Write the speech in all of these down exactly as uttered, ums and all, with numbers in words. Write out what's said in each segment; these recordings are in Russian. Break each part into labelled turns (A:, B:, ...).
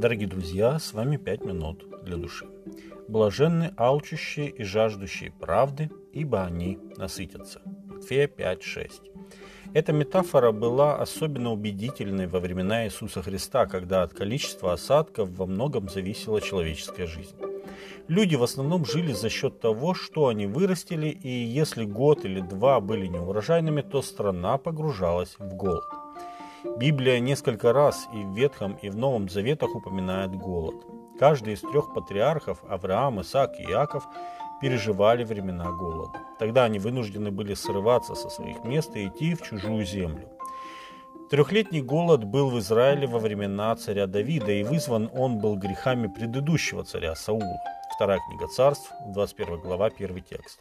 A: Дорогие друзья, с вами «Пять минут для души». Блаженны алчущие и жаждущие правды, ибо они насытятся. Матфея пять шесть. Эта метафора была особенно убедительной во времена Иисуса Христа, когда от количества осадков во многом зависела человеческая жизнь. Люди в основном жили за счет того, что они вырастили, и если год или два были неурожайными, то страна погружалась в голод. Библия несколько раз и в Ветхом, и в Новом Заветах упоминает голод. Каждый из трех патриархов, Авраам, Исаак и Иаков, переживали времена голода. Тогда они вынуждены были срываться со своих мест и идти в чужую землю. Трехлетний голод был в Израиле во времена царя Давида, и вызван он был грехами предыдущего царя Саула. Вторая книга Царств, двадцать первая глава, первый текст.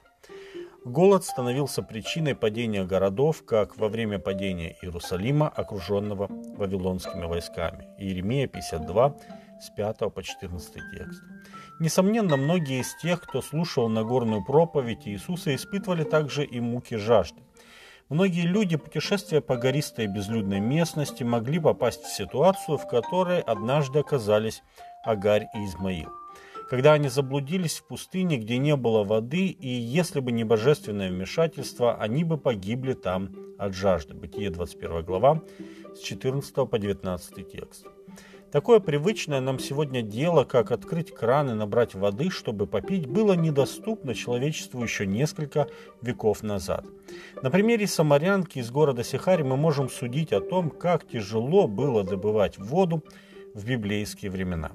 A: Голод становился причиной падения городов, как во время падения Иерусалима, окруженного вавилонскими войсками. Иеремия пятьдесят два, с пятого по четырнадцатый текст. Несомненно, многие из тех, кто слушал Нагорную проповедь Иисуса, испытывали также и муки жажды. Многие люди, путешествуя по гористой и безлюдной местности, могли попасть в ситуацию, в которой однажды оказались Агарь и Измаил. Когда они заблудились в пустыне, где не было воды, и если бы не божественное вмешательство, они бы погибли там от жажды. Бытие двадцать первая глава, с четырнадцатого по девятнадцатый текст. Такое привычное нам сегодня дело, как открыть кран и набрать воды, чтобы попить, было недоступно человечеству еще несколько веков назад. На примере самарянки из города Сихарь мы можем судить о том, как тяжело было добывать воду в библейские времена.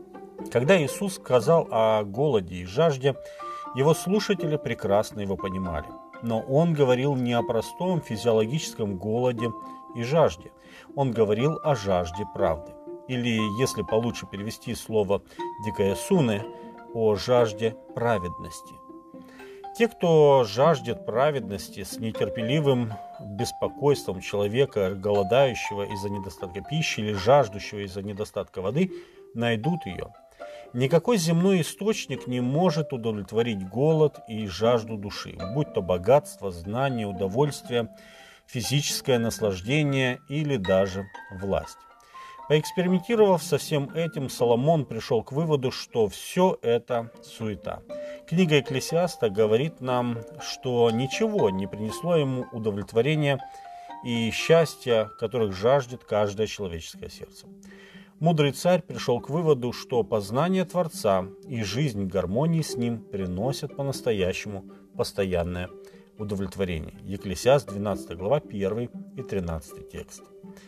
A: Когда Иисус сказал о голоде и жажде, его слушатели прекрасно его понимали. Но он говорил не о простом физиологическом голоде и жажде. Он говорил о жажде правды. Или, если получше перевести слово «дикаясуне», о жажде праведности. Те, кто жаждет праведности с нетерпеливым беспокойством человека, голодающего из-за недостатка пищи или жаждущего из-за недостатка воды, найдут ее. Никакой земной источник не может удовлетворить голод и жажду души, будь то богатство, знание, удовольствие, физическое наслаждение или даже власть. Поэкспериментировав со всем этим, Соломон пришел к выводу, что все это суета. Книга Экклесиаста говорит нам, что ничего не принесло ему удовлетворения и счастья, которых жаждет каждое человеческое сердце. Мудрый царь пришел к выводу, что познание Творца и жизнь в гармонии с Ним приносят по-настоящему постоянное удовлетворение. Екклесиаст, двенадцатая глава, первый и тринадцатый текст.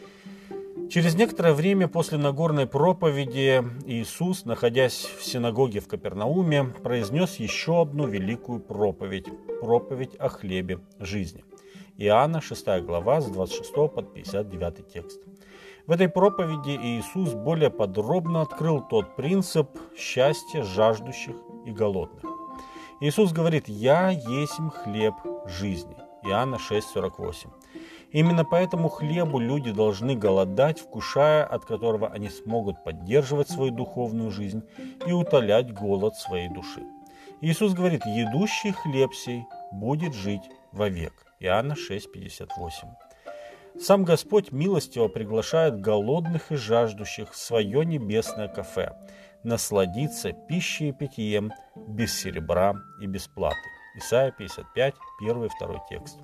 A: Через некоторое время после Нагорной проповеди Иисус, находясь в синагоге в Капернауме, произнес еще одну великую проповедь – проповедь о хлебе жизни. Иоанна, шестая глава, с двадцать шестого по пятьдесят девятый текст. В этой проповеди Иисус более подробно открыл тот принцип счастья жаждущих и голодных. Иисус говорит: «Я есмь хлеб жизни». Иоанна шесть сорок восемь. Именно по этому хлебу люди должны голодать, вкушая, от которого они смогут поддерживать свою духовную жизнь и утолять голод своей души. Иисус говорит: «Едущий хлеб сей будет жить вовек». Иоанна шесть пятьдесят восемь. Сам Господь милостиво приглашает голодных и жаждущих в свое небесное кафе насладиться пищей и питьем без серебра и без платы. Исайя пятьдесят пять, первый и второй текст.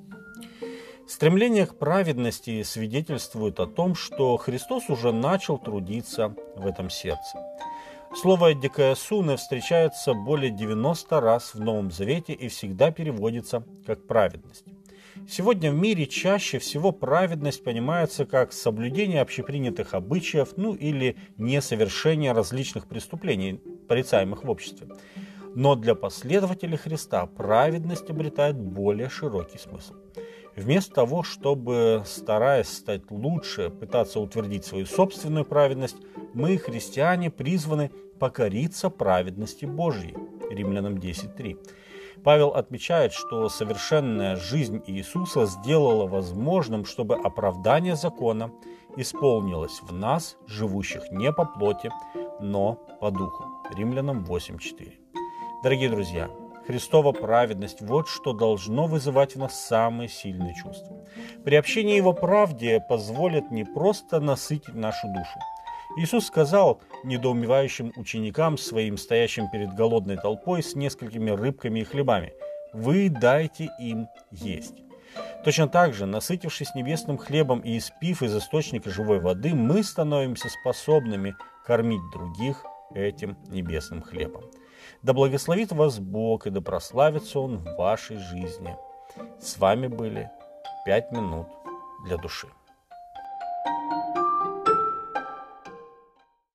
A: Стремление к праведности свидетельствует о том, что Христос уже начал трудиться в этом сердце. Слово «дикаясуне» встречается более девяноста раз в Новом Завете и всегда переводится как «праведность». Сегодня в мире чаще всего праведность понимается как соблюдение общепринятых обычаев, ну или несовершение различных преступлений, порицаемых в обществе. Но для последователей Христа праведность обретает более широкий смысл. Вместо того, чтобы, стараясь стать лучше, пытаться утвердить свою собственную праведность, мы, христиане, призваны покориться праведности Божьей. Римлянам десять три. Павел отмечает, что совершенная жизнь Иисуса сделала возможным, чтобы оправдание закона исполнилось в нас, живущих не по плоти, но по духу. Римлянам восемь четыре. Дорогие друзья, Христова праведность – вот что должно вызывать в нас самые сильные чувства. Приобщение Его правде позволит не просто насытить нашу душу. Иисус сказал недоумевающим ученикам, своим стоящим перед голодной толпой с несколькими рыбками и хлебами: «Вы дайте им есть». Точно так же, насытившись небесным хлебом и испив из источника живой воды, мы становимся способными кормить других этим небесным хлебом. Да благословит вас Бог, и да прославится Он в вашей жизни. С вами были «Пять минут для души».